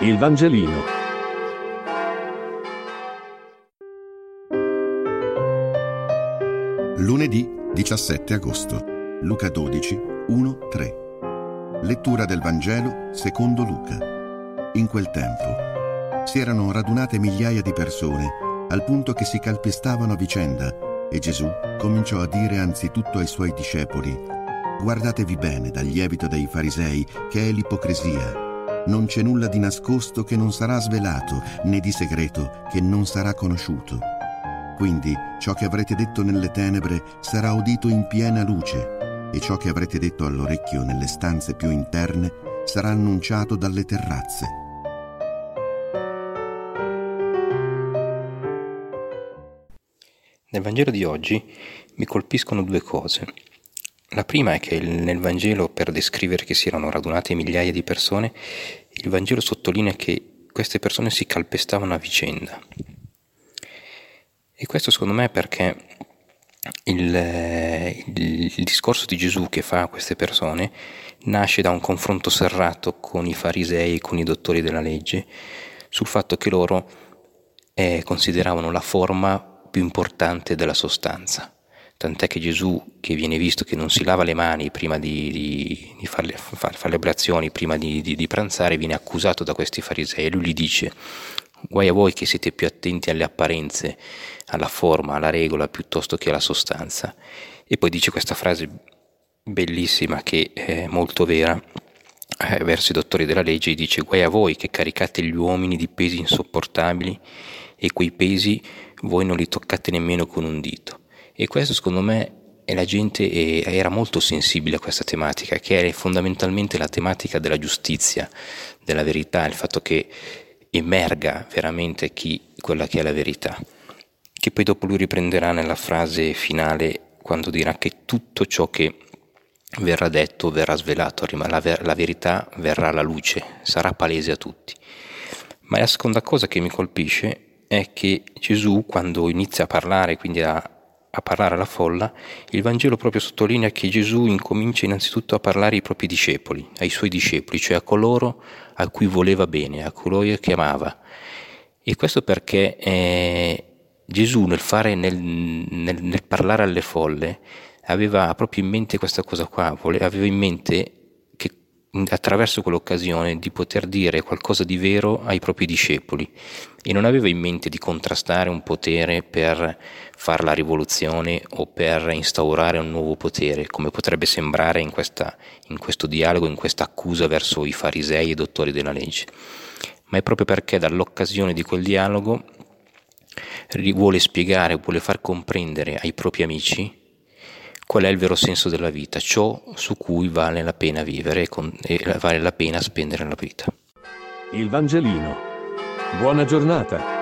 Il Vangelino. Lunedì 17 agosto. Luca 12, 1-3. Lettura del Vangelo secondo Luca. In quel tempo si erano radunate migliaia di persone al punto che si calpestavano a vicenda e Gesù cominciò a dire anzitutto ai suoi discepoli: guardatevi bene dal lievito dei farisei, che è l'ipocrisia. Non c'è nulla di nascosto che non sarà svelato, né di segreto che non sarà conosciuto. Quindi ciò che avrete detto nelle tenebre sarà udito in piena luce, e ciò che avrete detto all'orecchio nelle stanze più interne sarà annunciato dalle terrazze. Nel Vangelo di oggi mi colpiscono due cose. La prima è che nel Vangelo, per descrivere che si erano radunate migliaia di persone, il Vangelo sottolinea che queste persone si calpestavano a vicenda. E questo secondo me è perché il discorso di Gesù che fa a queste persone nasce da un confronto serrato con i farisei e con i dottori della legge sul fatto che loro consideravano la forma più importante della sostanza. Tant'è che Gesù, che viene visto che non si lava le mani prima di fare le oblazioni, prima di pranzare, viene accusato da questi farisei e lui gli dice: guai a voi che siete più attenti alle apparenze, alla forma, alla regola, piuttosto che alla sostanza. E poi dice questa frase bellissima, che è molto vera, verso i dottori della legge, e dice: guai a voi che caricate gli uomini di pesi insopportabili e quei pesi voi non li toccate nemmeno con un dito. E questo secondo me la gente era molto sensibile a questa tematica, che è fondamentalmente la tematica della giustizia, della verità, il fatto che emerga veramente quella che è la verità, che poi dopo lui riprenderà nella frase finale quando dirà che tutto ciò che verrà detto verrà svelato, la verità verrà alla luce, sarà palese a tutti. Ma la seconda cosa che mi colpisce è che Gesù, quando inizia a parlare, quindi a parlare alla folla, il Vangelo proprio sottolinea che Gesù incomincia innanzitutto a parlare ai propri discepoli, ai suoi discepoli, cioè a coloro a cui voleva bene, a coloro che amava. E questo perché Gesù nel parlare alle folle aveva proprio in mente questa cosa qua, aveva in mente che attraverso quell'occasione di poter dire qualcosa di vero ai propri discepoli, e non aveva in mente di contrastare un potere per fare la rivoluzione o per instaurare un nuovo potere, come potrebbe sembrare in questo dialogo, in questa accusa verso i farisei e i dottori della legge. Ma è proprio perché dall'occasione di quel dialogo vuole spiegare, vuole far comprendere ai propri amici qual è il vero senso della vita, ciò su cui vale la pena vivere e vale la pena spendere la vita. Il Vangelino. Buona giornata.